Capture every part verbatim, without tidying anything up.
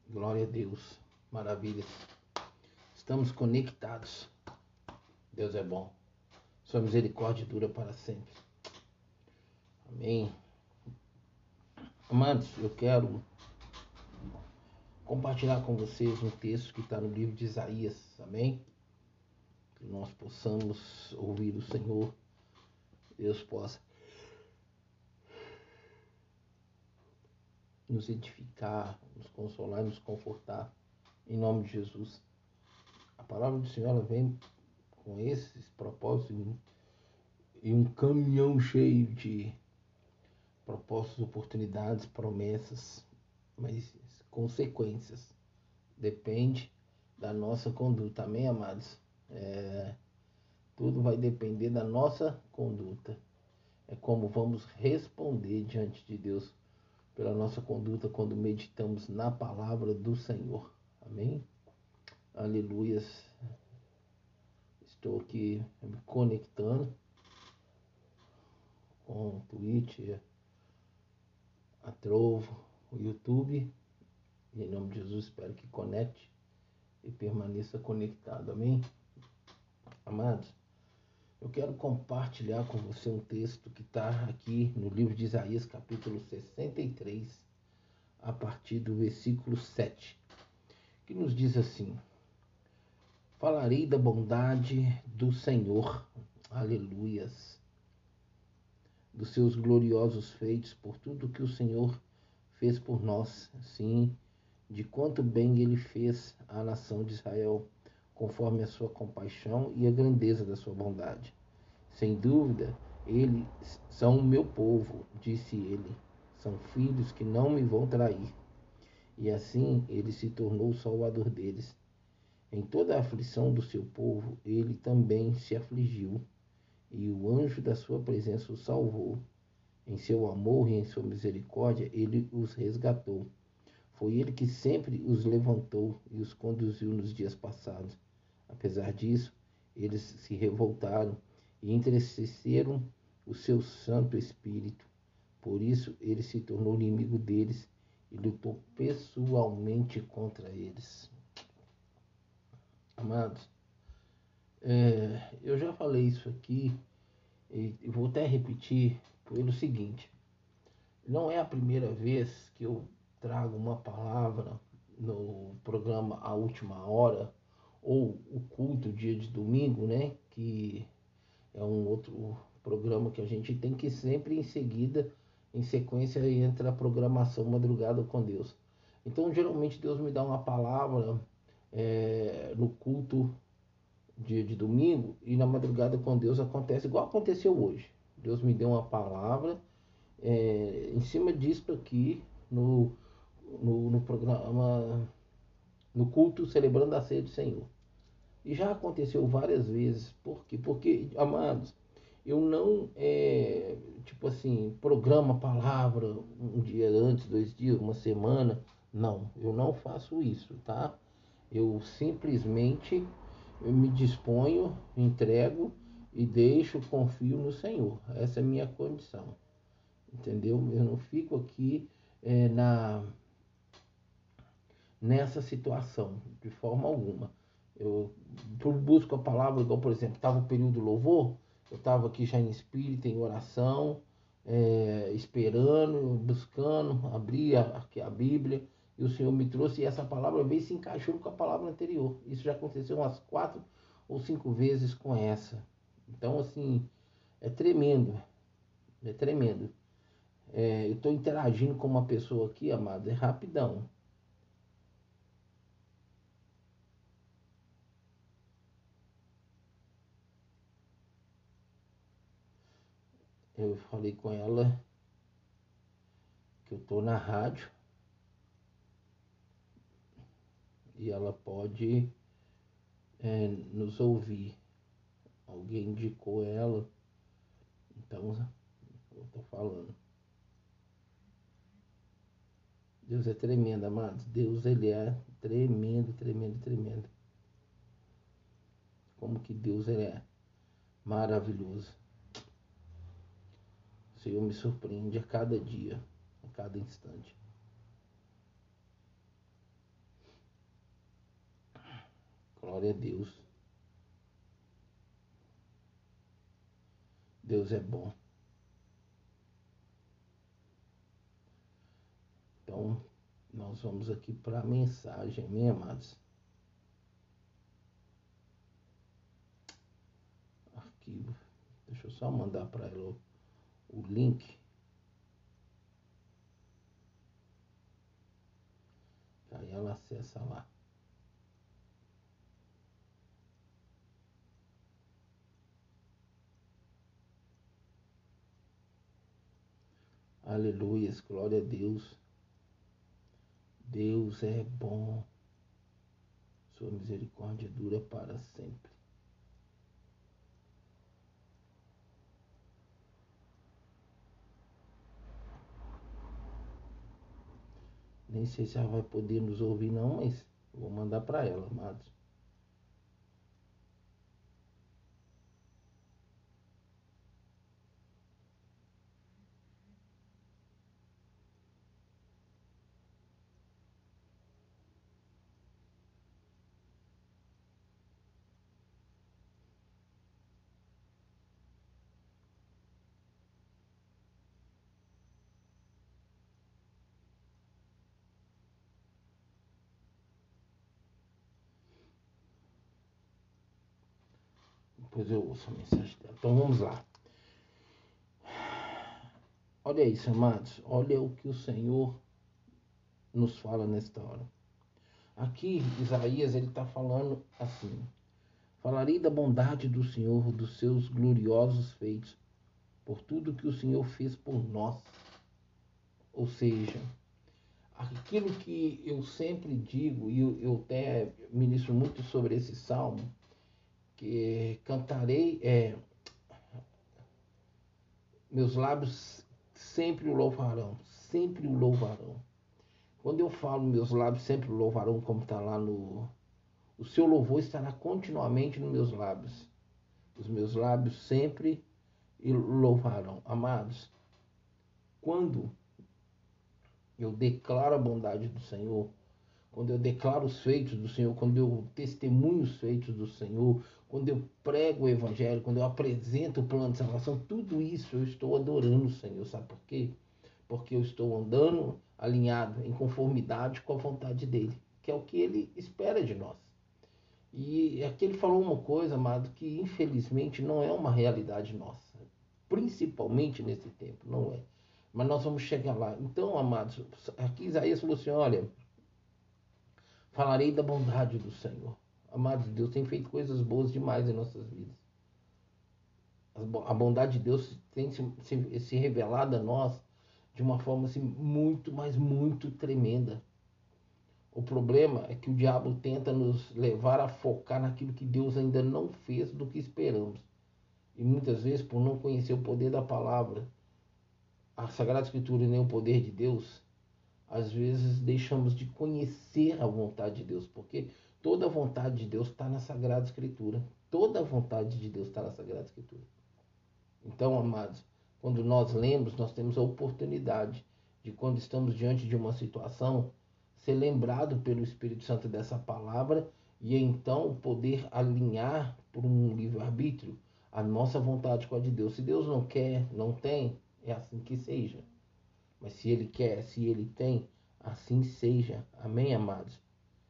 Glória a Deus. Maravilha. Estamos conectados. Deus é bom. Sua misericórdia dura para sempre. Amém. Amados, eu quero compartilhar com vocês um texto que está no livro de Isaías. Amém? Que nós possamos ouvir o Senhor. Deus possa nos edificar, nos consolar e nos confortar. Em nome de Jesus. A palavra do Senhor ela vem com esses propósitos e um caminhão cheio de propósitos, oportunidades, promessas, mas consequências. Depende da nossa conduta. Amém, amados? É, tudo vai depender da nossa conduta. É como vamos responder diante de Deus pela nossa conduta quando meditamos na palavra do Senhor. Amém? Aleluias. Estou aqui me conectando com o Twitch, a Trovo, o YouTube. E em nome de Jesus, espero que conecte e permaneça conectado. Amém? Amados, eu quero compartilhar com você um texto que está aqui no livro de Isaías, capítulo sessenta e três, a partir do versículo sete, que nos diz assim: falarei da bondade do Senhor, aleluias, dos seus gloriosos feitos, por tudo que o Senhor fez por nós, sim, de quanto bem ele fez à nação de Israel, conforme a sua compaixão e a grandeza da sua bondade. Sem dúvida, eles são o meu povo, disse ele, são filhos que não me vão trair. E assim ele se tornou o salvador deles. Em toda a aflição do seu povo, ele também se afligiu, e o anjo da sua presença o salvou. Em seu amor e em sua misericórdia, ele os resgatou. Foi ele que sempre os levantou e os conduziu nos dias passados. Apesar disso, eles se revoltaram e entristeceram o seu Santo Espírito. Por isso, ele se tornou inimigo deles e lutou pessoalmente contra eles. Amados, é, eu já falei isso aqui e vou até repetir pelo seguinte: não é a primeira vez que eu trago uma palavra no programa A Última Hora ou o culto dia de domingo, né? Que é um outro programa que a gente tem que sempre em seguida, em sequência, entra a programação Madrugada com Deus. Então, geralmente Deus me dá uma palavra é, no culto dia de domingo e na Madrugada com Deus acontece igual aconteceu hoje. Deus me deu uma palavra é, em cima disso aqui no, no, no programa, no culto celebrando a ceia do Senhor. E já aconteceu várias vezes. Por quê? Porque, amados, eu não, é, tipo assim, programa a palavra um dia antes, dois dias, uma semana. Não, eu não faço isso, tá? Eu simplesmente eu me disponho, entrego e deixo, confio no Senhor. Essa é a minha condição. Entendeu? Eu não fico aqui é, na, nessa situação, de forma alguma. Eu busco a palavra, igual, por exemplo, estava o período do louvor, eu estava aqui já em espírito, em oração, é, esperando, buscando, abri a, a Bíblia, e o Senhor me trouxe, e essa palavra veio e se encaixou com a palavra anterior. Isso já aconteceu umas quatro ou cinco vezes com essa. Então, assim, é tremendo, é tremendo. É, eu estou interagindo com uma pessoa aqui, amado, é rapidão. Eu falei com ela que eu estou na rádio e ela pode é, nos ouvir. Alguém indicou ela, então eu estou falando. Deus é tremendo, amados. Deus, ele é tremendo, tremendo, tremendo. Como que Deus ele é maravilhoso. O Senhor me surpreende a cada dia, a cada instante. Glória a Deus. Deus é bom. Então, nós vamos aqui para a mensagem, amém, amados? Arquivo. Deixa eu só mandar para ela o, o link. Aí ela acessa lá. Aleluia, glória a Deus. Deus é bom. Sua misericórdia dura para sempre. Nem sei se ela vai poder nos ouvir não, mas vou mandar para ela, amados. Depois eu ouço a mensagem dela. Então vamos lá. Olha isso, amados. Olha o que o Senhor nos fala nesta hora. Aqui, Isaías, ele está falando assim: falarei da bondade do Senhor, dos seus gloriosos feitos, por tudo que o Senhor fez por nós. Ou seja, aquilo que eu sempre digo, e eu, eu até ministro muito sobre esse salmo, que cantarei, é, meus lábios sempre o louvarão, sempre o louvarão. Quando eu falo meus lábios sempre o louvarão, como está lá no... O seu louvor estará continuamente nos meus lábios. Os meus lábios sempre o louvarão. Amados, quando eu declaro a bondade do Senhor, quando eu declaro os feitos do Senhor, quando eu testemunho os feitos do Senhor, quando eu prego o Evangelho, quando eu apresento o plano de salvação, tudo isso eu estou adorando o Senhor. Sabe por quê? Porque eu estou andando alinhado, em conformidade com a vontade dEle, que é o que Ele espera de nós. E aqui Ele falou uma coisa, amado, que infelizmente não é uma realidade nossa, principalmente nesse tempo, não é. Mas nós vamos chegar lá. Então, amados, aqui Isaías falou assim, olha, falarei da bondade do Senhor. Amados, Deus tem feito coisas boas demais em nossas vidas. A bondade de Deus tem se, se, se revelado a nós de uma forma assim, muito, mas muito tremenda. O problema é que o diabo tenta nos levar a focar naquilo que Deus ainda não fez do que esperamos. E muitas vezes, por não conhecer o poder da palavra, a Sagrada Escritura e nem o poder de Deus, às vezes deixamos de conhecer a vontade de Deus, porque toda a vontade de Deus está na Sagrada Escritura. Toda a vontade de Deus está na Sagrada Escritura. Então, amados, quando nós lemos, nós temos a oportunidade de, quando estamos diante de uma situação, ser lembrado pelo Espírito Santo dessa palavra e então poder alinhar por um livre-arbítrio a nossa vontade com a de Deus. Se Deus não quer, não tem, é assim que seja. Mas se Ele quer, se Ele tem, assim seja. Amém, amados?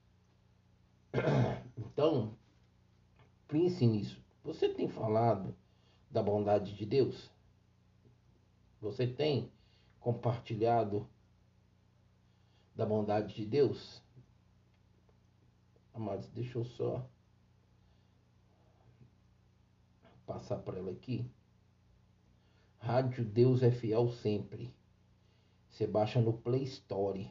Então, pense nisso. Você tem falado da bondade de Deus? Você tem compartilhado da bondade de Deus? Amados, deixa eu só passar para ela aqui. Rádio Deus é Fiel Sempre. Você baixa no Play Store.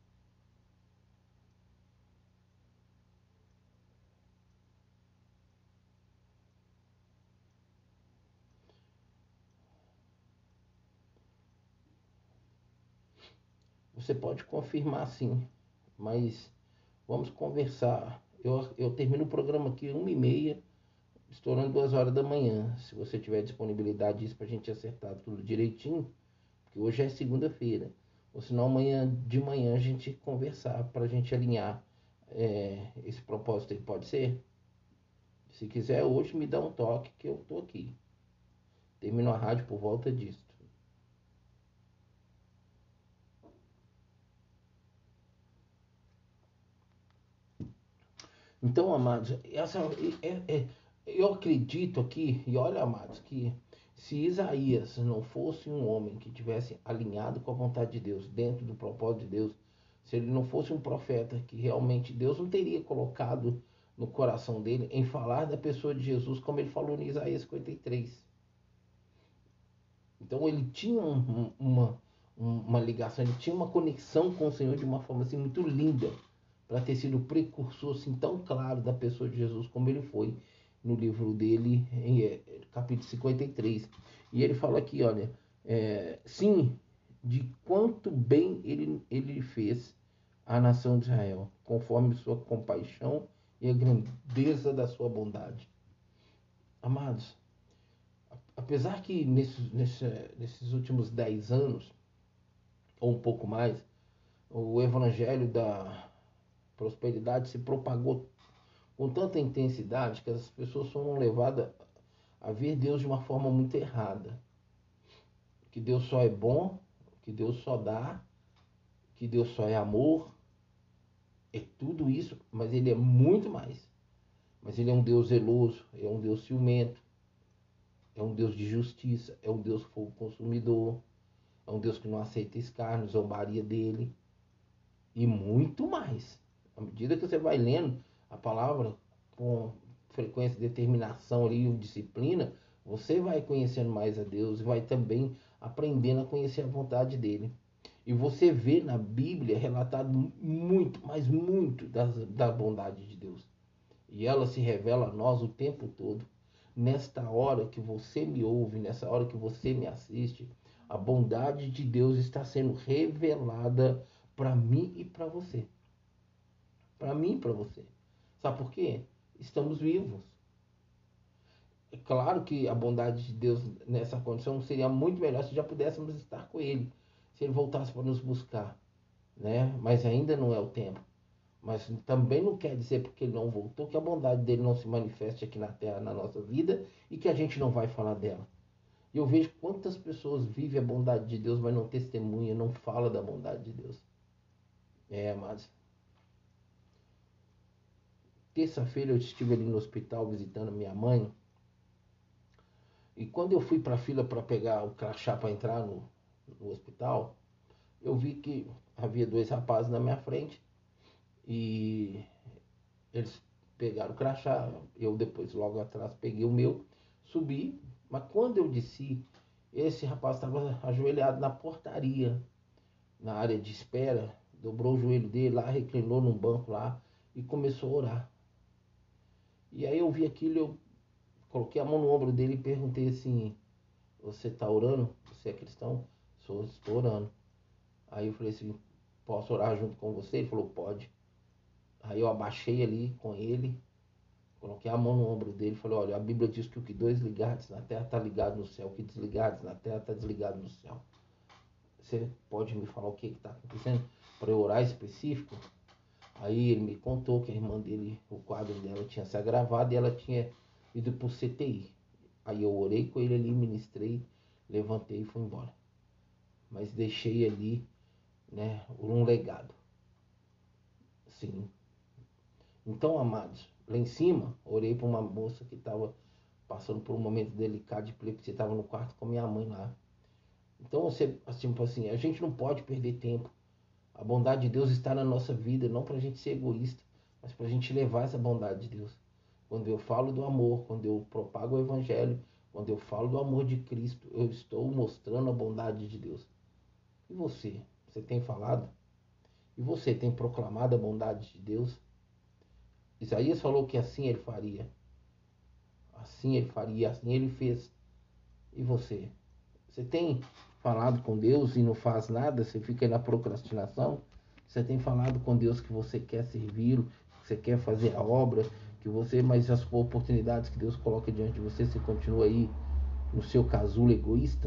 Você pode confirmar sim, mas vamos conversar. Eu, eu termino o programa aqui uma e meia, estourando duas horas da manhã. Se você tiver disponibilidade disso para a gente acertar tudo direitinho, porque hoje é segunda-feira. Ou senão amanhã de manhã a gente conversar para a gente alinhar é, esse propósito aí, pode ser? Se quiser hoje me dá um toque que eu tô aqui. Termino a rádio por volta disso. Então, amados, essa, é, é, eu acredito aqui, e olha, amados, que se Isaías não fosse um homem que tivesse alinhado com a vontade de Deus, dentro do propósito de Deus, se ele não fosse um profeta que realmente Deus não teria colocado no coração dele em falar da pessoa de Jesus, como ele falou em Isaías cinquenta e três. Então ele tinha um, uma, uma ligação, ele tinha uma conexão com o Senhor de uma forma assim muito linda, para ter sido precursor assim tão claro da pessoa de Jesus como ele foi no livro dele, em é, capítulo cinquenta e três. E ele fala aqui, olha, é, sim, de quanto bem ele, ele fez à nação de Israel, conforme sua compaixão e a grandeza da sua bondade. Amados, apesar que nesses, nesses, nesses últimos dez anos, ou um pouco mais, o evangelho da prosperidade se propagou com tanta intensidade que as pessoas foram levadas a ver Deus de uma forma muito errada. Que Deus só é bom, que Deus só dá, que Deus só é amor. É tudo isso, mas Ele é muito mais. Mas Ele é um Deus zeloso, é um Deus ciumento, é um Deus de justiça, é um Deus fogo consumidor, é um Deus que não aceita escárnio, zombaria dele e muito mais. À medida que você vai lendo a palavra com frequência, determinação ali, disciplina, você vai conhecendo mais a Deus e vai também aprendendo a conhecer a vontade dele. E você vê na Bíblia relatado muito, mas muito da, da bondade de Deus. E ela se revela a nós o tempo todo. Nesta hora que você me ouve, nessa hora que você me assiste, a bondade de Deus está sendo revelada para mim e para você. Para mim e para você. Sabe por quê? Estamos vivos. É claro que a bondade de Deus nessa condição seria muito melhor se já pudéssemos estar com Ele, se Ele voltasse para nos buscar, né? Mas ainda não é o tempo. Mas também não quer dizer porque Ele não voltou que a bondade dele não se manifeste aqui na Terra, na nossa vida, e que a gente não vai falar dela. E eu vejo quantas pessoas vivem a bondade de Deus, mas não testemunham, não falam da bondade de Deus. É, mas terça-feira eu estive ali no hospital visitando minha mãe. E quando eu fui para a fila para pegar o crachá para entrar no, no hospital, eu vi que havia dois rapazes na minha frente e eles pegaram o crachá, eu depois logo atrás peguei o meu, subi, mas quando eu desci, esse rapaz estava ajoelhado na portaria, na área de espera, dobrou o joelho dele lá, reclinou num banco lá e começou a orar. E aí eu vi aquilo, eu coloquei a mão no ombro dele e perguntei assim: você está orando? Você é cristão? Sou, estou orando. Aí eu falei assim: posso orar junto com você? Ele falou: pode. Aí eu abaixei ali com ele, coloquei a mão no ombro dele e falei: olha, a Bíblia diz que o que dois ligados na terra está ligado no céu, o que desligados na terra está desligado no céu. Você pode me falar o que está acontecendo para eu orar específico? Aí ele me contou que a irmã dele, o quadro dela tinha se agravado e ela tinha ido para o C T I. Aí eu orei com ele ali, ministrei, levantei e fui embora. Mas deixei ali, né, um legado. Sim. Então, amados, lá em cima, orei para uma moça que estava passando por um momento delicado de epilepsia, estava no quarto com minha mãe lá. Então, você, assim, assim, a gente não pode perder tempo. A bondade de Deus está na nossa vida, não para a gente ser egoísta, mas para a gente levar essa bondade de Deus. Quando eu falo do amor, quando eu propago o Evangelho, quando eu falo do amor de Cristo, eu estou mostrando a bondade de Deus. E você? Você tem falado? E você tem proclamado a bondade de Deus? Isaías falou que assim ele faria. Assim ele faria, assim ele fez. E você? Você tem falado com Deus e não faz nada? Você fica aí na procrastinação? Você tem falado com Deus que você quer servi-lo, que você quer fazer a obra, que você, mas as oportunidades que Deus coloca diante de você, você continua aí no seu casulo egoísta?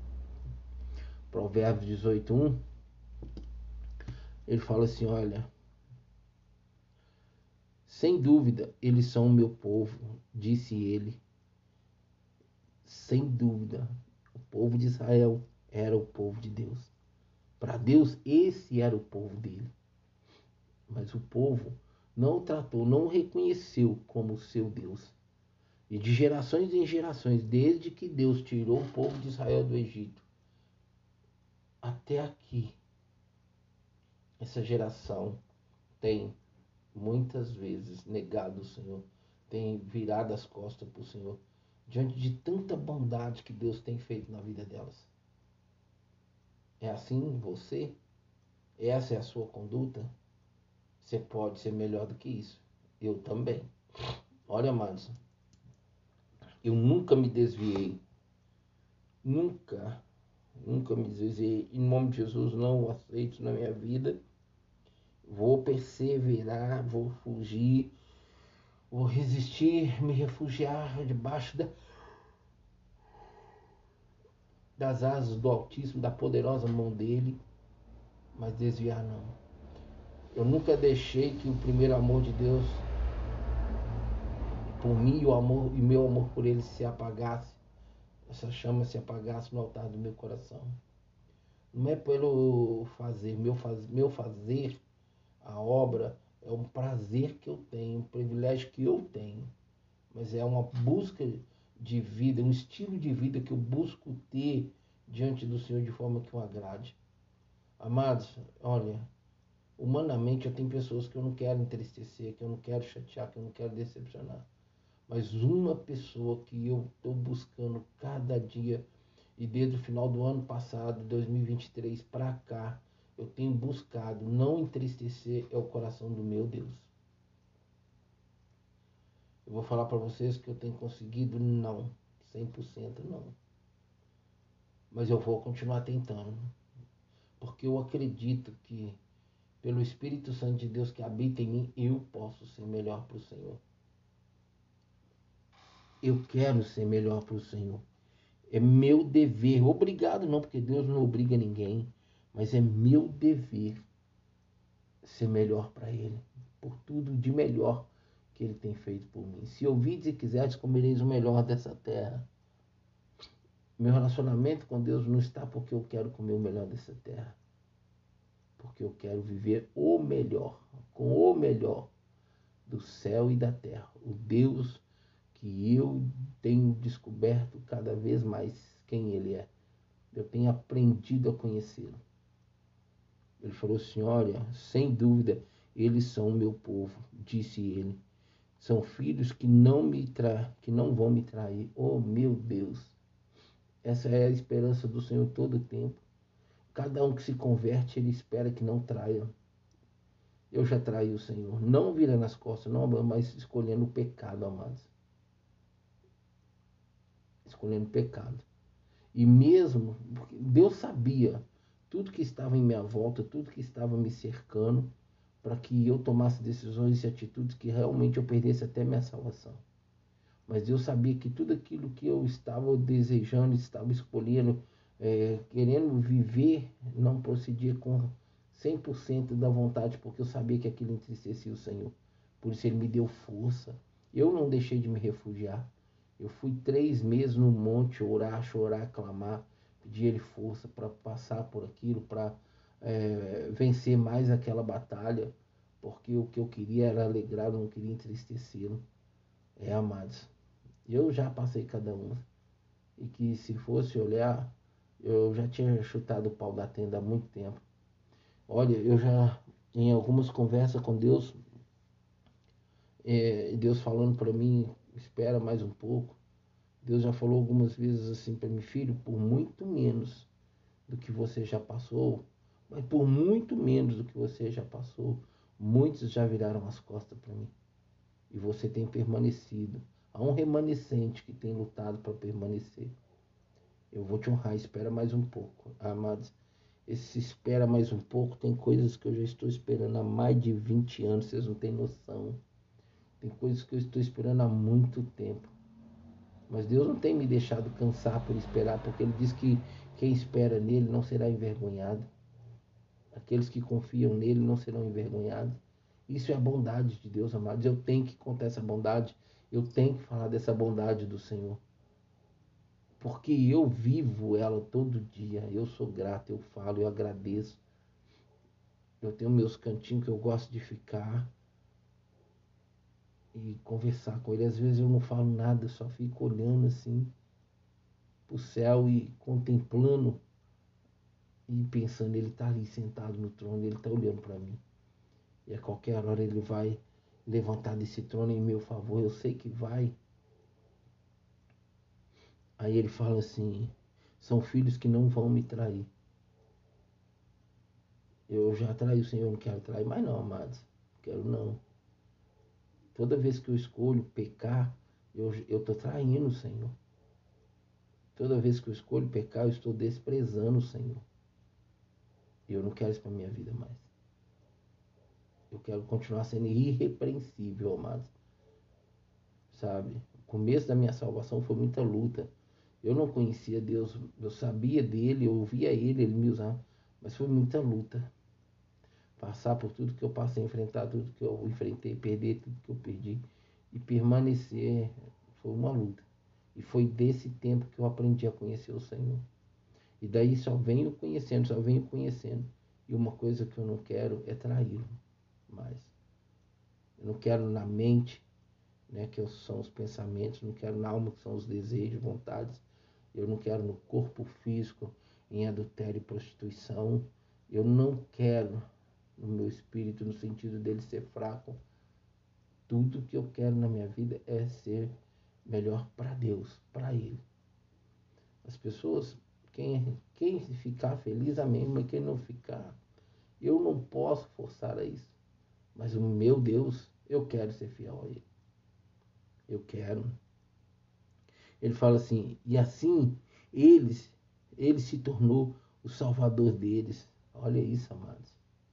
Provérbios dezoito, um. Ele fala assim, olha, Sem dúvida, eles são o meu povo, disse ele. Sem dúvida, o povo de Israel era o povo de Deus. Para Deus, esse era o povo dele. Mas o povo não o tratou, não o reconheceu como seu Deus. E de gerações em gerações, desde que Deus tirou o povo de Israel do Egito, até aqui, essa geração tem muitas vezes negado o Senhor, tem virado as costas para o Senhor, diante de tanta bondade que Deus tem feito na vida delas. É assim você? Essa é a sua conduta? Você pode ser melhor do que isso. Eu também. Olha, amados, eu nunca me desviei. Nunca, nunca me desviei. Em nome de Jesus, não o aceito na minha vida. Vou perseverar, vou fugir, vou resistir, me refugiar debaixo da, das asas do Altíssimo, da poderosa mão dele, mas desviar não. Eu nunca deixei que o primeiro amor de Deus por mim e o amor e meu amor por ele se apagasse, essa chama se apagasse no altar do meu coração. Não é pelo fazer, meu, faz, meu fazer, a obra é um prazer que eu tenho, um privilégio que eu tenho, mas é uma busca de vida, um estilo de vida que eu busco ter diante do Senhor de forma que o agrade. Amados, olha, humanamente eu tenho pessoas que eu não quero entristecer, que eu não quero chatear, que eu não quero decepcionar. Mas uma pessoa que eu estou buscando cada dia, e desde o final do ano passado, dois mil e vinte e três, para cá, eu tenho buscado não entristecer, é o coração do meu Deus. Eu vou falar para vocês que eu tenho conseguido, não, cem por cento não. Mas eu vou continuar tentando, porque eu acredito que, pelo Espírito Santo de Deus que habita em mim, eu posso ser melhor para o Senhor. Eu quero ser melhor para o Senhor. É meu dever. Obrigado não, porque Deus não obriga ninguém. Mas é meu dever ser melhor para Ele. Por tudo de melhor que Ele tem feito por mim. Se ouvides e quiseres, comereis o melhor dessa terra. Meu relacionamento com Deus não está porque eu quero comer o melhor dessa terra. Porque eu quero viver o melhor. Com o melhor do céu e da terra. O Deus que eu tenho descoberto cada vez mais quem Ele é. Eu tenho aprendido a conhecê-lo. Ele falou assim, olha, sem dúvida, eles são o meu povo, disse ele. São filhos que não, me tra... que não vão me trair. Oh, meu Deus! Essa é a esperança do Senhor todo o tempo. Cada um que se converte, ele espera que não traia. Eu já traí o Senhor. Não vira nas costas, não, mas escolhendo o pecado, amados. Escolhendo o pecado. E mesmo, Deus sabia tudo que estava em minha volta, tudo que estava me cercando, para que eu tomasse decisões e atitudes que realmente eu perdesse até minha salvação. Mas Deus sabia que tudo aquilo que eu estava desejando, estava escolhendo, é, querendo viver, não procedia com cem por cento da vontade, porque eu sabia que aquilo entristecia o Senhor. Por isso Ele me deu força. Eu não deixei de me refugiar. Eu fui três meses no monte orar, chorar, clamar, pedir Ele força para passar por aquilo, para é, vencer mais aquela batalha, porque o que eu queria era alegrar, eu não queria entristecê-lo. É, amados, eu já passei cada uma, e que se fosse olhar, eu já tinha chutado o pau da tenda há muito tempo. Olha, eu já, em algumas conversas com Deus, é, Deus falando para mim, espera mais um pouco. Deus já falou algumas vezes assim para mim, filho, por muito menos do que você já passou, mas por muito menos do que você já passou, muitos já viraram as costas para mim. E você tem permanecido. Há um remanescente que tem lutado para permanecer. Eu vou te honrar, espera mais um pouco. Amados, esse espera mais um pouco, tem coisas que eu já estou esperando há mais de vinte anos, vocês não têm noção. Tem coisas que eu estou esperando há muito tempo. Mas Deus não tem me deixado cansar por esperar, porque Ele diz que quem espera nele não será envergonhado. Aqueles que confiam nele não serão envergonhados. Isso é a bondade de Deus, amados. Eu tenho que contar essa bondade. Eu tenho que falar dessa bondade do Senhor. Porque eu vivo ela todo dia. Eu sou grato, eu falo, eu agradeço. Eu tenho meus cantinhos que eu gosto de ficar e conversar com ele. Às vezes eu não falo nada, eu só fico olhando assim pro céu e contemplando e pensando, ele está ali sentado no trono, ele está olhando para mim. E a qualquer hora ele vai levantar desse trono em meu favor, eu sei que vai. Aí ele fala assim, são filhos que não vão me trair. Eu já traí o Senhor, não quero trair mais não, amados. Quero não. Toda vez que eu escolho pecar, eu estou traindo o Senhor. Toda vez que eu escolho pecar, eu estou desprezando o Senhor. E eu não quero isso para minha vida mais. Eu quero continuar sendo irrepreensível, amados. Sabe? O começo da minha salvação foi muita luta. Eu não conhecia Deus, eu sabia dele, eu ouvia ele, ele me usava. Mas foi muita luta. Passar por tudo que eu passei, enfrentar tudo que eu enfrentei, perder tudo que eu perdi. E permanecer foi uma luta. E foi desse tempo que eu aprendi a conhecer o Senhor. E daí só venho conhecendo, só venho conhecendo. E uma coisa que eu não quero é traí-lo mais. Eu não quero na mente, né, que são os pensamentos, não quero na alma, que são os desejos, vontades. Eu não quero no corpo físico, em adultério e prostituição. Eu não quero no meu espírito, no sentido dele ser fraco. Tudo que eu quero na minha vida é ser melhor para Deus, para Ele. As pessoas, quem, quem ficar feliz, amém, mas quem não ficar, eu não posso forçar a isso. Mas o meu Deus, eu quero ser fiel a Ele. Eu quero. Ele fala assim, e assim, eles, ele se tornou o salvador deles. Olha isso, amados.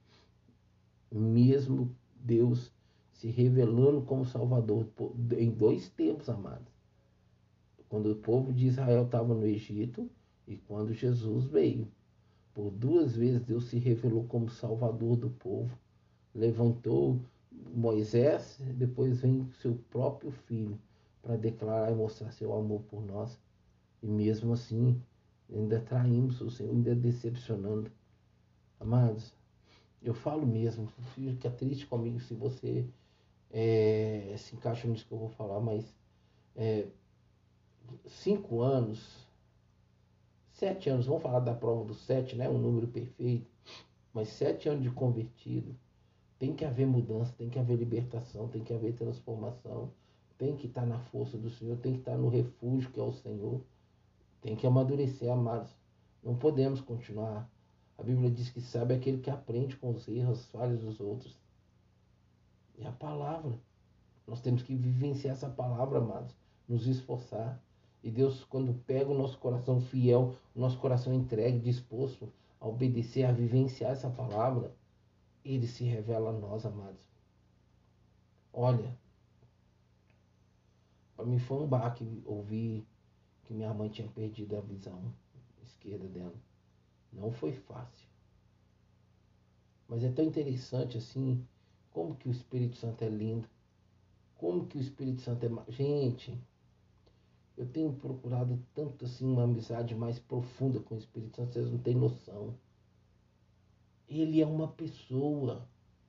Mesmo Deus se revelando como salvador em dois tempos, amados. Quando o povo de Israel estava no Egito e quando Jesus veio. Por duas vezes Deus se revelou como salvador do povo. Levantou Moisés, depois vem seu próprio filho para declarar e mostrar seu amor por nós. E mesmo assim, ainda traímos o Senhor, ainda decepcionando. Amados, eu falo mesmo, fica triste comigo se você é, se encaixa nisso que eu vou falar, mas é, cinco anos, sete anos, vamos falar da prova do sete, né? Um número perfeito, mas sete anos de convertido, tem que haver mudança, tem que haver libertação, tem que haver transformação, tem que estar na força do Senhor, tem que estar no refúgio que é o Senhor, tem que amadurecer, amados. Não podemos continuar. A Bíblia diz que sabe aquele que aprende com os erros, as falhas dos outros. É a palavra. Nós temos que vivenciar essa palavra, amados. Nos esforçar. E Deus, quando pega o nosso coração fiel, o nosso coração entregue, disposto a obedecer, a vivenciar essa palavra, Ele se revela a nós, amados. Olha, para mim foi um baque ouvir que minha mãe tinha perdido a visão esquerda dela. Não foi fácil. Mas é tão interessante assim, como que o Espírito Santo é lindo. Como que o Espírito Santo é... Gente, eu tenho procurado tanto assim uma amizade mais profunda com o Espírito Santo, vocês não têm noção. Ele é uma pessoa.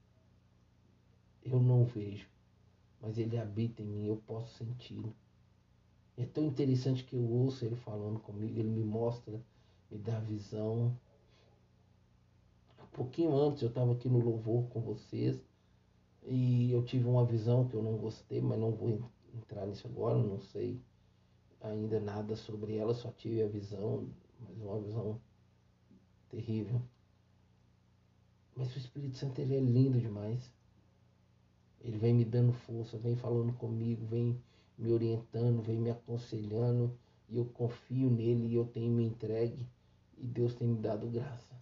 Eu não vejo, mas ele habita em mim, eu posso senti-lo. É tão interessante que eu ouço ele falando comigo, ele me mostra, me dá visão. Um pouquinho antes eu estava aqui no louvor com vocês e eu tive uma visão que eu não gostei, mas não vou entrar nisso agora, não sei ainda nada sobre ela, só tive a visão, mas uma visão terrível. Mas o Espírito Santo, ele é lindo demais. Ele vem me dando força, vem falando comigo, vem me orientando, vem me aconselhando, e eu confio nele e eu tenho me entregue, e Deus tem me dado graça.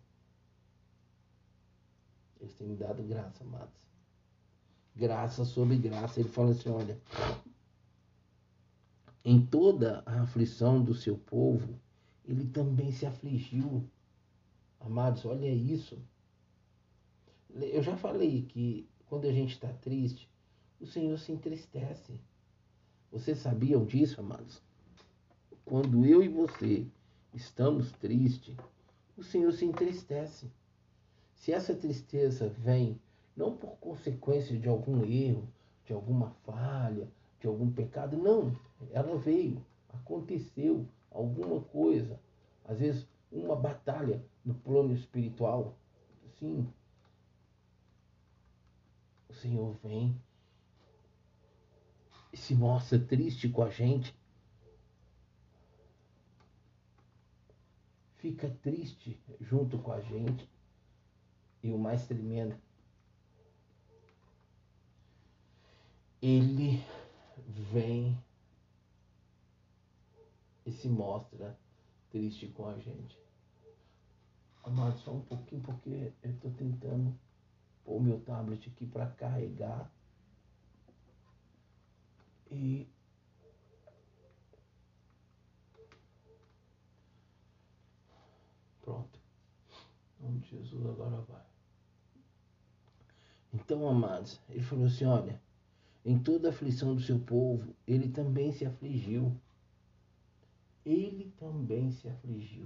Deus tem me dado graça, amados. Graça sobre graça. Ele fala assim, olha, em toda a aflição do seu povo, ele também se afligiu. Amados, olha isso. Eu já falei que quando a gente está triste, o Senhor se entristece. Vocês sabiam disso, amados? Quando eu e você estamos tristes, o Senhor se entristece. Se essa tristeza vem não por consequência de algum erro, de alguma falha, de algum pecado, não. Ela veio, aconteceu alguma coisa. Às vezes uma batalha no plano espiritual. Sim, o Senhor vem e se mostra triste com a gente. Fica triste junto com a gente. E o mais tremendo, ele vem e se mostra triste com a gente. Amado, só um pouquinho, porque eu estou tentando pôr meu tablet aqui para carregar. E pronto. Em nome de Jesus, agora vai. Então, amados, ele falou assim, olha, em toda a aflição do seu povo, ele também se afligiu. Ele também se afligiu.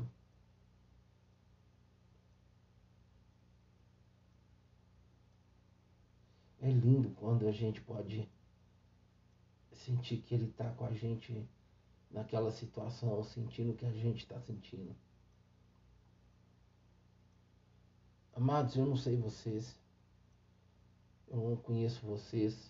É lindo quando a gente pode sentir que ele está com a gente naquela situação, sentindo o que a gente está sentindo. Amados, eu não sei vocês, eu não conheço vocês,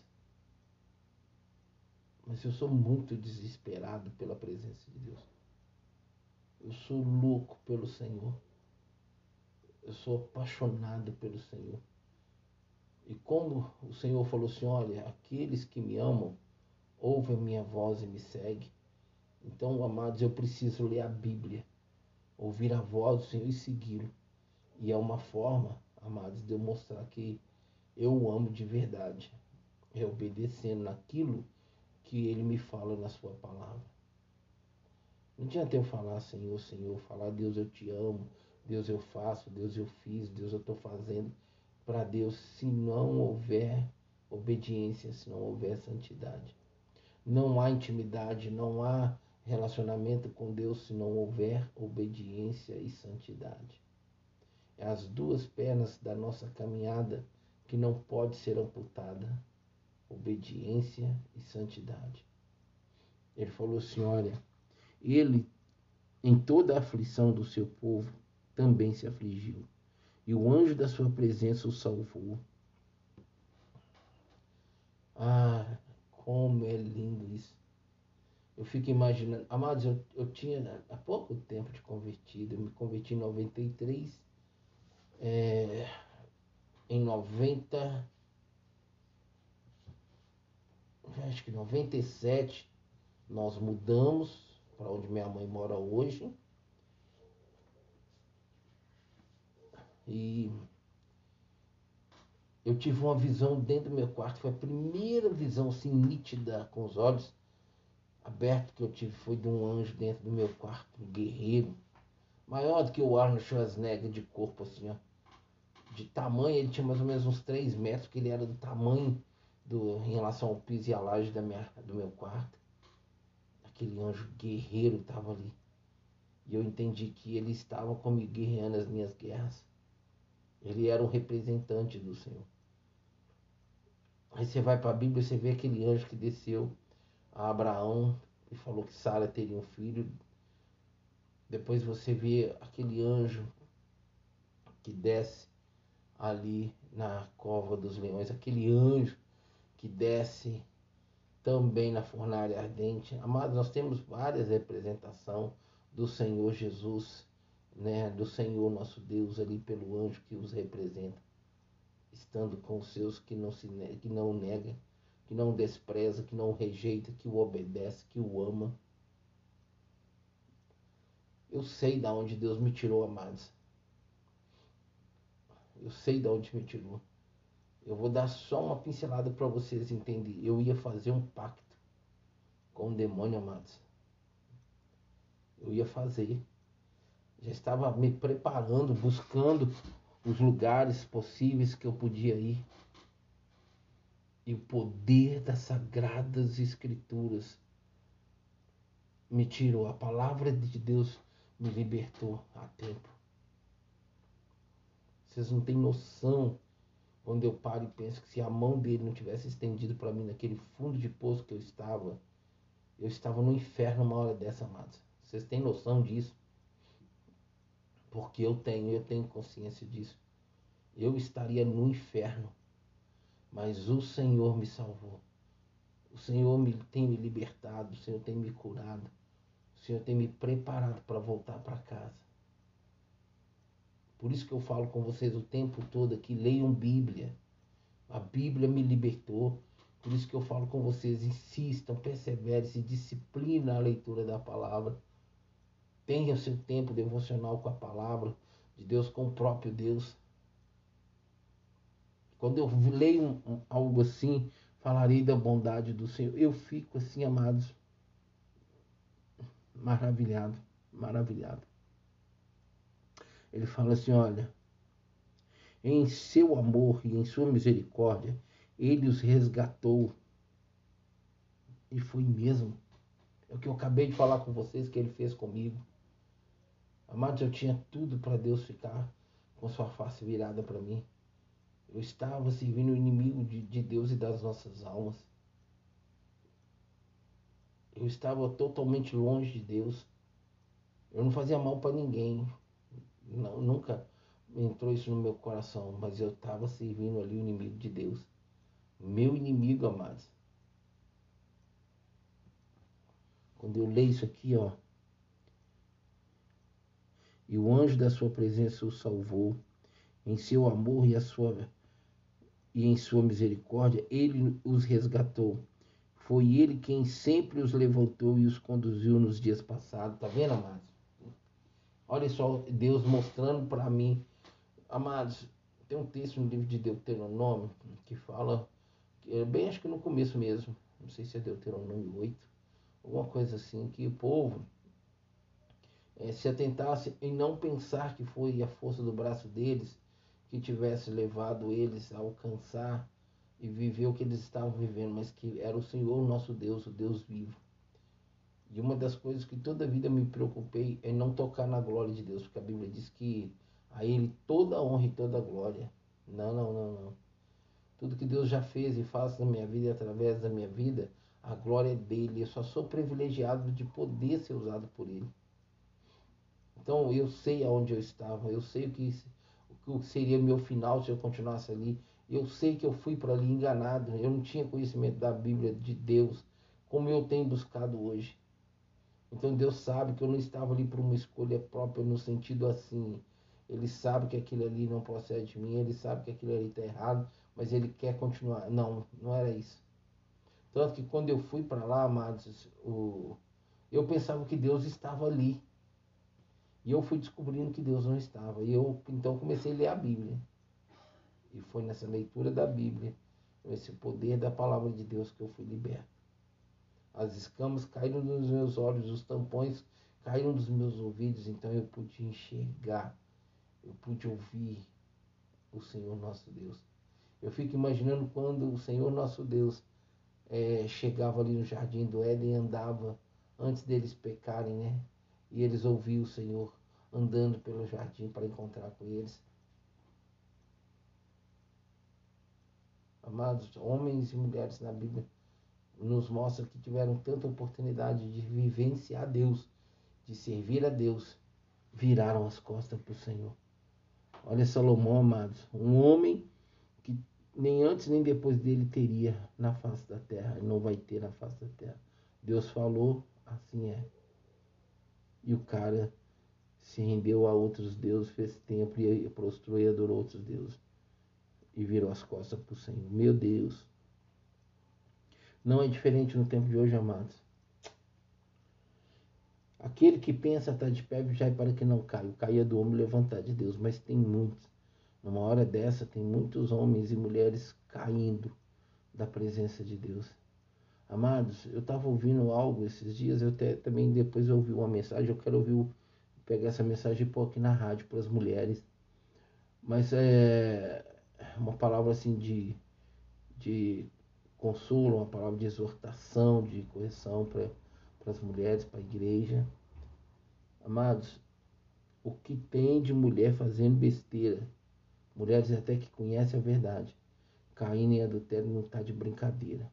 mas eu sou muito desesperado pela presença de Deus. Eu sou louco pelo Senhor. Eu sou apaixonado pelo Senhor. E como o Senhor falou assim, olha, aqueles que me amam, ouvem a minha voz e me seguem. Então, amados, eu preciso ler a Bíblia, ouvir a voz do Senhor e segui-lo. E é uma forma, amados, de eu mostrar que eu o amo de verdade. É obedecendo naquilo que ele me fala na sua palavra. Não adianta eu falar Senhor, Senhor, falar Deus eu te amo, Deus eu faço, Deus eu fiz, Deus eu estou fazendo para Deus, se não houver obediência, se não houver santidade. Não há intimidade, não há relacionamento com Deus se não houver obediência e santidade. É as duas pernas da nossa caminhada que não pode ser amputada. Obediência e santidade. Ele falou assim, olha, ele em toda a aflição do seu povo também se afligiu. E o anjo da sua presença o salvou. Ah, como é lindo isso. Eu fico imaginando. Amados, eu, eu tinha há pouco tempo de convertido. Eu me converti em noventa e três. É, em noventa. Acho que em noventa e sete nós mudamos para onde minha mãe mora hoje. E eu tive uma visão dentro do meu quarto. Foi a primeira visão assim nítida, com os olhos abertos, que eu tive. Foi de um anjo dentro do meu quarto, um guerreiro. Maior do que o Arnold Schwarzenegger de corpo, assim, ó. De tamanho, ele tinha mais ou menos uns três metros, que ele era do tamanho do, em relação ao piso e à laje da minha, do meu quarto. Aquele anjo guerreiro estava ali. E eu entendi que ele estava comigo guerreando as minhas guerras. Ele era um representante do Senhor. Aí você vai para a Bíblia e você vê aquele anjo que desceu a Abraão e falou que Sara teria um filho. Depois você vê aquele anjo que desce ali na cova dos leões, aquele anjo que desce também na fornalha ardente. Amados, nós temos várias representações do Senhor Jesus, né, do Senhor nosso Deus ali pelo anjo que os representa, estando com os seus que não se que não nega, que não despreza, que não rejeita, que o obedece, que o ama. Eu sei de onde Deus me tirou, amados. Eu sei de onde me tirou. Eu vou dar só uma pincelada para vocês entenderem. Eu ia fazer um pacto com o demônio, amados. Eu ia fazer. Já estava me preparando, buscando os lugares possíveis que eu podia ir. E o poder das sagradas escrituras me tirou. A palavra de Deus me libertou a tempo. Vocês não têm noção quando eu paro e penso que se a mão dele não tivesse estendido para mim naquele fundo de poço que eu estava, eu estava no inferno uma hora dessa, amados. Vocês têm noção disso? Porque eu tenho, eu tenho consciência disso. Eu estaria no inferno, mas o Senhor me salvou. O Senhor me, tem me libertado, o Senhor tem me curado, o Senhor tem me preparado para voltar para casa. Por isso que eu falo com vocês o tempo todo aqui, leiam Bíblia. A Bíblia me libertou. Por isso que eu falo com vocês, insistam, perseverem, se disciplinem na leitura da palavra. Tenha o seu tempo devocional com a palavra de Deus, com o próprio Deus. Quando eu leio um, um, algo assim, falarei da bondade do Senhor, eu fico assim, amados, maravilhado, maravilhado. Ele fala assim, olha, em seu amor e em sua misericórdia, ele os resgatou. E foi mesmo. É o que eu acabei de falar com vocês que ele fez comigo. Amados, eu tinha tudo para Deus ficar com sua face virada para mim. Eu estava servindo o inimigo de, de Deus e das nossas almas. Eu estava totalmente longe de Deus. Eu não fazia mal para ninguém. Não, nunca entrou isso no meu coração. Mas eu estava servindo ali o inimigo de Deus. Meu inimigo, amados. Quando eu leio isso aqui, ó. E o anjo da sua presença o salvou. Em seu amor e, a sua, e em sua misericórdia, ele os resgatou. Foi ele quem sempre os levantou e os conduziu nos dias passados. Tá vendo, amados? Olha só, Deus mostrando para mim. Amados, tem um texto no livro de Deuteronômio que fala, que é bem acho que no começo mesmo, não sei se é Deuteronômio oito, alguma coisa assim, que o povo é, se atentasse em não pensar que foi a força do braço deles que tivesse levado eles a alcançar e viver o que eles estavam vivendo, mas que era o Senhor nosso Deus, o Deus vivo. E uma das coisas que toda a vida me preocupei é não tocar na glória de Deus, porque a Bíblia diz que a Ele toda a honra e toda a glória. Não, não, não, não. Tudo que Deus já fez e faz na minha vida e através da minha vida, a glória é dele. Eu só sou privilegiado de poder ser usado por Ele. Então eu sei aonde eu estava, eu sei o que, o que seria meu final se eu continuasse ali. Eu sei que eu fui para ali enganado, eu não tinha conhecimento da Bíblia, de Deus, como eu tenho buscado hoje. Então Deus sabe que eu não estava ali por uma escolha própria, no sentido assim. Ele sabe que aquilo ali não procede de mim, ele sabe que aquilo ali está errado, mas ele quer continuar. Não, não era isso. Tanto que quando eu fui para lá, amados, o... eu pensava que Deus estava ali. E eu fui descobrindo que Deus não estava. E eu então comecei a ler a Bíblia. E foi nessa leitura da Bíblia, esse poder da palavra de Deus, que eu fui liberto. As escamas caíram nos meus olhos, os tampões caíram dos meus ouvidos, então eu pude enxergar, eu pude ouvir o Senhor nosso Deus. Eu fico imaginando quando o Senhor nosso Deus é, chegava ali no jardim do Éden e andava, antes deles pecarem, né? E eles ouviam o Senhor andando pelo jardim para encontrar com eles. Amados, homens e mulheres na Bíblia nos mostra que tiveram tanta oportunidade de vivenciar Deus, de servir a Deus, viraram as costas para o Senhor. Olha Salomão, amados, um homem que nem antes nem depois dele teria na face da terra, não vai ter na face da terra. Deus falou, assim é. E o cara se rendeu a outros deuses, fez templo e prostrou e adorou outros deuses. E virou as costas para o Senhor. Meu Deus. Não é diferente no tempo de hoje, amados. Aquele que pensa estar de pé já é para que não caia. O cair é do homem, levantar de Deus. Mas tem muitos. Numa hora dessa, tem muitos homens e mulheres caindo da presença de Deus. Amados, eu estava ouvindo algo esses dias. Eu te, também depois eu ouvi uma mensagem. Eu quero ouvir, pegar essa mensagem e pôr aqui na rádio para as mulheres. Mas é uma palavra assim de... de consolo, uma palavra de exortação, de correção para as mulheres, para a igreja. Amados, o que tem de mulher fazendo besteira, mulheres até que conhecem a verdade, caindo em adultério, não está de brincadeira.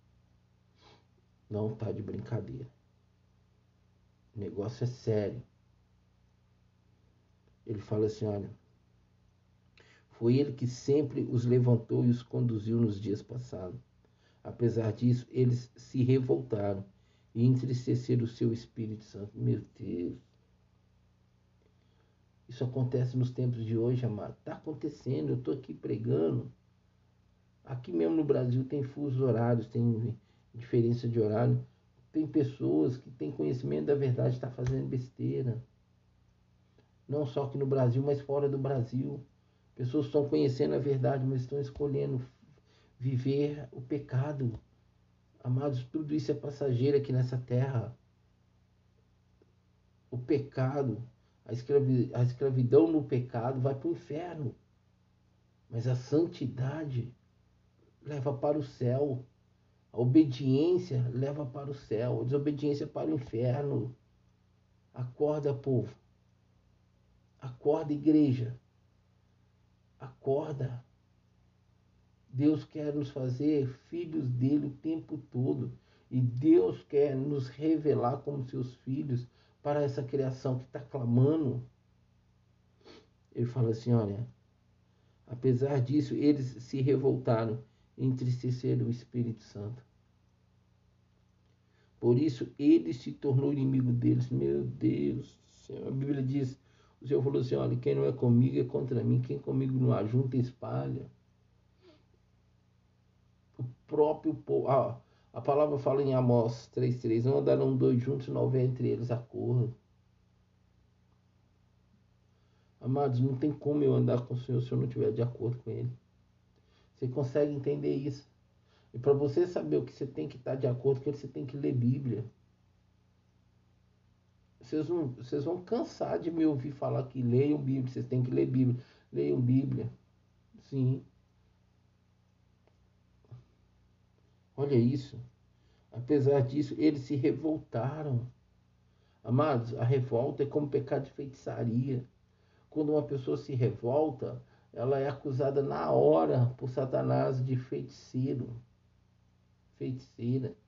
Não está de brincadeira. O negócio é sério. Ele fala assim, olha, foi ele que sempre os levantou e os conduziu nos dias passados. Apesar disso, eles se revoltaram e entristeceram o seu Espírito Santo. Meu Deus. Isso acontece nos tempos de hoje, amado. Está acontecendo, eu estou aqui pregando. Aqui mesmo no Brasil tem fusos horários, tem diferença de horário. Tem pessoas que têm conhecimento da verdade e estão fazendo besteira. Não só aqui no Brasil, mas fora do Brasil. Pessoas estão conhecendo a verdade, mas estão escolhendo viver o pecado. Amados, tudo isso é passageiro aqui nessa terra. O pecado, a, escravi, a escravidão no pecado vai para o inferno. Mas a santidade leva para o céu. A obediência leva para o céu. A desobediência para o inferno. Acorda, povo. Acorda, igreja. Acorda. Deus quer nos fazer filhos dele o tempo todo. E Deus quer nos revelar como seus filhos para essa criação que está clamando. Ele fala assim, olha, apesar disso, eles se revoltaram e entristeceram o Espírito Santo. Por isso, ele se tornou inimigo deles. Meu Deus do céu. A Bíblia diz, o Senhor falou assim, olha, quem não é comigo é contra mim, quem comigo não ajunta, espalha. O próprio povo, ah, a palavra fala em Amós três, três, não andarão dois juntos, não houver entre eles acordo. Amados, não tem como eu andar com o Senhor se eu não estiver de acordo com Ele. Você consegue entender isso? E para você saber o que você tem que estar de acordo com Ele, você tem que ler Bíblia. Vocês, não, vocês vão cansar de me ouvir falar que leiam Bíblia, vocês têm que ler Bíblia. Leiam Bíblia. Sim. Olha isso. Apesar disso, eles se revoltaram. Amados, a revolta é como pecado de feitiçaria. Quando uma pessoa se revolta, ela é acusada na hora por Satanás de feiticeiro. Feiticeira.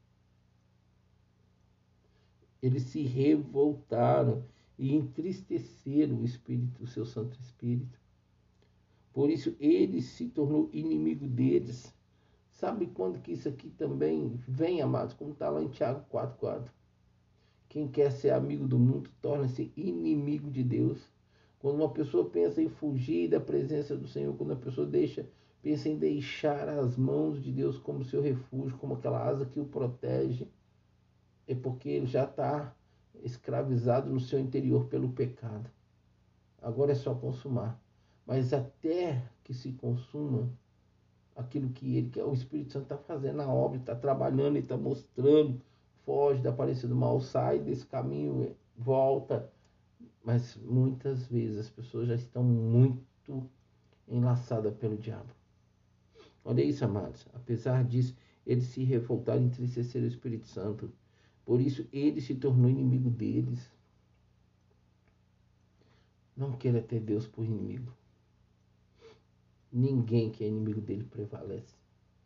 Eles se revoltaram e entristeceram o Espírito, o seu Santo Espírito. Por isso, ele se tornou inimigo deles. Sabe quando que isso aqui também vem, amados? Como está lá em Tiago quatro, quatro. Quem quer ser amigo do mundo torna-se inimigo de Deus. Quando uma pessoa pensa em fugir da presença do Senhor, quando a pessoa deixa, pensa em deixar as mãos de Deus como seu refúgio, como aquela asa que o protege, é porque ele já está escravizado no seu interior pelo pecado. Agora é só consumar. Mas até que se consuma aquilo que ele, que o Espírito Santo está fazendo na obra, está trabalhando, ele está mostrando, foge da aparência do mal, sai desse caminho, volta. Mas muitas vezes as pessoas já estão muito enlaçadas pelo diabo. Olha isso, amados. Apesar disso, eles se revoltaram e entristeceram o Espírito Santo. Por isso, ele se tornou inimigo deles. Não queira ter Deus por inimigo. Ninguém que é inimigo dele prevalece.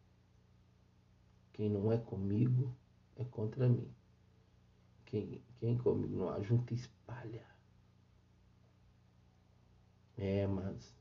Quem não é comigo é contra mim. Quem, quem comigo não ajunta, espalha. É, mas...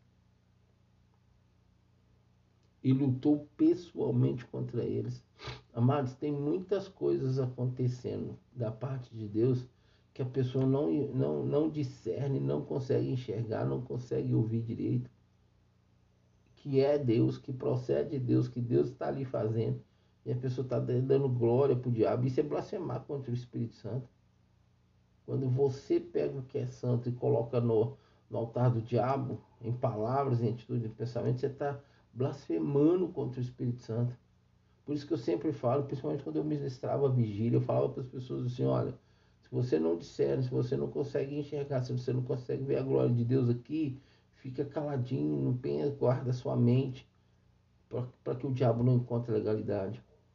E lutou pessoalmente contra eles. Amados, tem muitas coisas acontecendo da parte de Deus que a pessoa não, não, não discerne, não consegue enxergar, não consegue ouvir direito. Que é Deus, que procede de Deus, que Deus está ali fazendo. E a pessoa está dando glória para o diabo. Isso é blasfemar contra o Espírito Santo. Quando você pega o que é santo e coloca no, no altar do diabo, em palavras, em atitude, em pensamento, você está blasfemando contra o Espírito Santo. Por isso que eu sempre falo, principalmente quando eu ministrava a vigília, eu falava para as pessoas assim, olha, se você não discerne, se você não consegue enxergar, se você não consegue ver a glória de Deus aqui, fica caladinho, não pensa, guarda a sua mente, para que o diabo não encontre legalidade.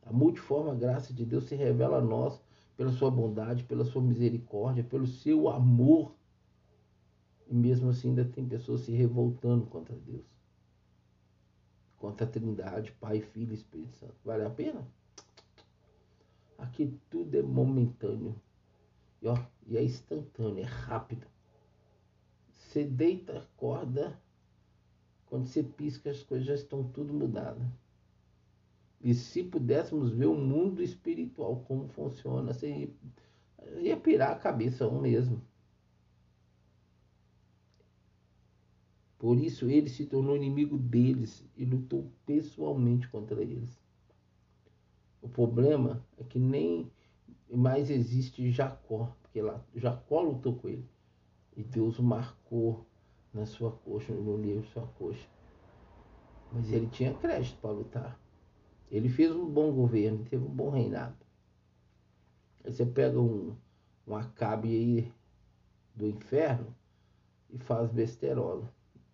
A multiforme graça de Deus se revela a nós pela sua bondade, pela sua misericórdia, pelo seu amor. E mesmo assim ainda tem pessoas se revoltando contra Deus. Contra a Trindade, Pai, Filho e Espírito Santo. Vale a pena? Aqui tudo é momentâneo. E, ó, e é instantâneo, é rápido. Você deita, acorda, quando você pisca as coisas já estão tudo mudadas. E se pudéssemos ver o mundo espiritual, como funciona, você ia, ia pirar a cabeça um mesmo. Por isso ele se tornou inimigo deles e lutou pessoalmente contra eles. O problema é que nem mais existe Jacó, porque lá Jacó lutou com ele. E Deus o marcou na sua coxa, no livro da sua coxa. Mas ele tinha crédito para lutar. Ele fez um bom governo, teve um bom reinado. Aí você pega um, um Acabe aí do inferno e faz besterola.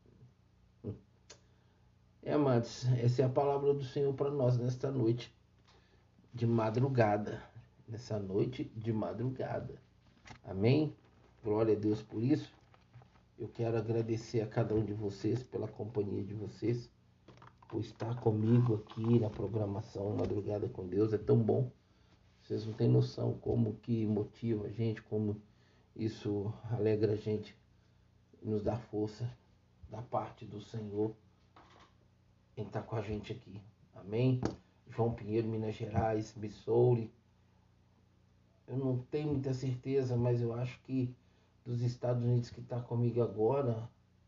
É, amados, essa é a palavra do Senhor para nós nesta noite de madrugada. Nessa noite de madrugada. Amém? Glória a Deus por isso. Eu quero agradecer a cada um de vocês pela companhia de vocês, por estar comigo aqui na programação Madrugada com Deus. É tão bom. Vocês não têm noção como que motiva a gente, como isso alegra a gente, nos dá força da parte do Senhor em estar com a gente aqui. Amém? João Pinheiro, Minas Gerais, Missouri. Eu não tenho muita certeza, mas eu acho que dos Estados Unidos que está comigo agora,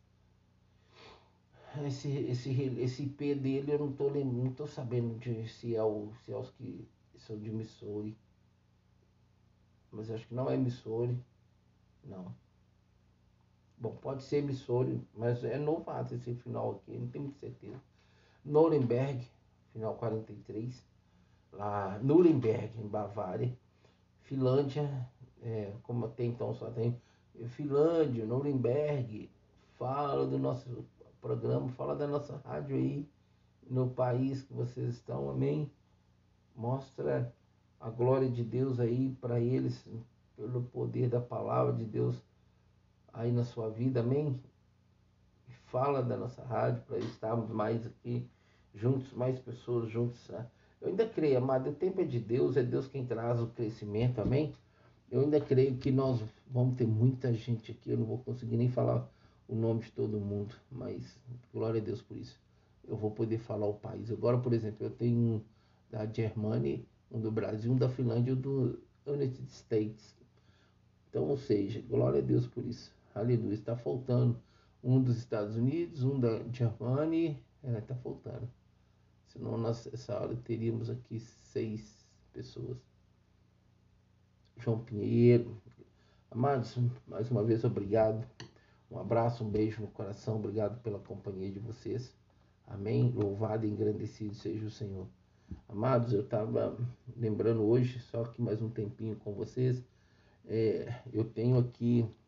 esse, esse, esse I P dele eu não tô, não tô sabendo de, se, é o, se é os que são de Missouri. Mas eu acho que não é Missouri. Não. Bom, pode ser Missouri, mas é novato esse final aqui, não tenho muita certeza. Nuremberg, final quarenta e três. Lá, Nuremberg, em Bavária. Finlândia, é, como tem então, só tem Finlândia, Nuremberg. Fala do nosso programa, fala da nossa rádio aí, no país que vocês estão, amém? Mostra a glória de Deus aí para eles, pelo poder da palavra de Deus aí na sua vida, amém? Fala da nossa rádio para estarmos mais aqui juntos, mais pessoas juntos, né? Eu ainda creio, amado, o tempo é de Deus, é Deus quem traz o crescimento, amém? Eu ainda creio que nós vamos ter muita gente aqui, eu não vou conseguir nem falar o nome de todo mundo, mas glória a Deus por isso. Eu vou poder falar o país. Agora, por exemplo, eu tenho um da Germany, um do Brasil, um da Finlândia e um do United States. Então, ou seja, glória a Deus por isso. Aleluia. Está faltando um dos Estados Unidos, um da Germany, é, está faltando. Senão, nós, essa hora, teríamos aqui seis pessoas. João Pinheiro. Amados, mais uma vez, obrigado. Um abraço, um beijo no coração. Obrigado pela companhia de vocês. Amém. Louvado e engrandecido seja o Senhor. Amados, eu estava lembrando hoje, só que mais um tempinho com vocês. É, eu tenho aqui